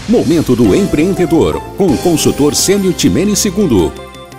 Momento do Empreendedor, com o consultor Cênio Timene II.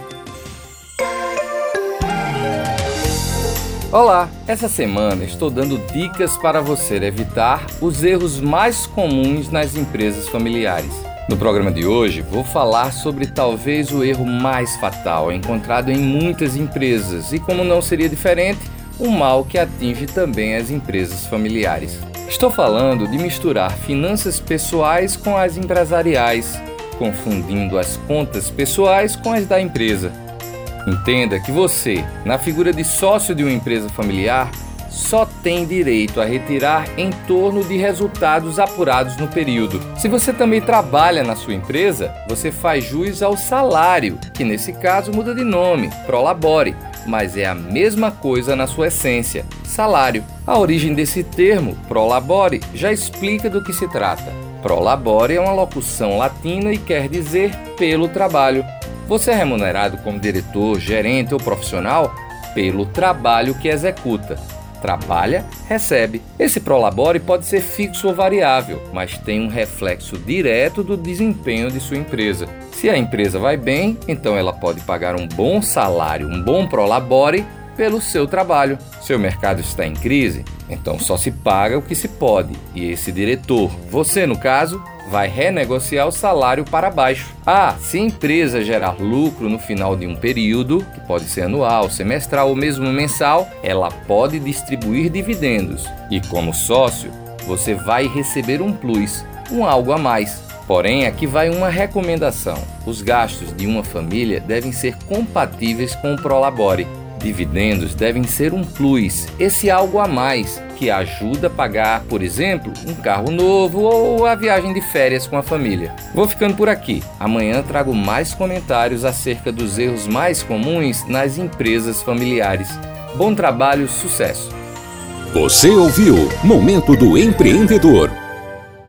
Olá, essa semana estou dando dicas para você evitar os erros mais comuns nas empresas familiares. No programa de hoje, vou falar sobre talvez o erro mais fatal encontrado em muitas empresas e, como não seria diferente, um mal que atinge também as empresas familiares. Estou falando de misturar finanças pessoais com as empresariais, confundindo as contas pessoais com as da empresa. Entenda que você, na figura de sócio de uma empresa familiar, só tem direito a retirar em torno de resultados apurados no período. Se você também trabalha na sua empresa, você faz jus ao salário, que nesse caso muda de nome, Prolabore, mas é a mesma coisa na sua essência, salário. A origem desse termo, Prolabore, já explica do que se trata. Prolabore é uma locução latina e quer dizer pelo trabalho. Você é remunerado como diretor, gerente ou profissional pelo trabalho que executa. Trabalha, recebe. Esse Prolabore pode ser fixo ou variável, mas tem um reflexo direto do desempenho de sua empresa. Se a empresa vai bem, então ela pode pagar um bom salário, um bom Prolabore pelo seu trabalho. Se o mercado está em crise, então só se paga o que se pode. E esse diretor, você no caso, vai renegociar o salário para baixo. Se a empresa gerar lucro no final de um período, que pode ser anual, semestral ou mesmo mensal, ela pode distribuir dividendos. E como sócio, você vai receber um plus, um algo a mais. Porém, aqui vai uma recomendação. Os gastos de uma família devem ser compatíveis com o Prolabore. Dividendos devem ser um plus, esse algo a mais, que ajuda a pagar, por exemplo, um carro novo ou a viagem de férias com a família. Vou ficando por aqui. Amanhã trago mais comentários acerca dos erros mais comuns nas empresas familiares. Bom trabalho, sucesso! Você ouviu Momento do Empreendedor.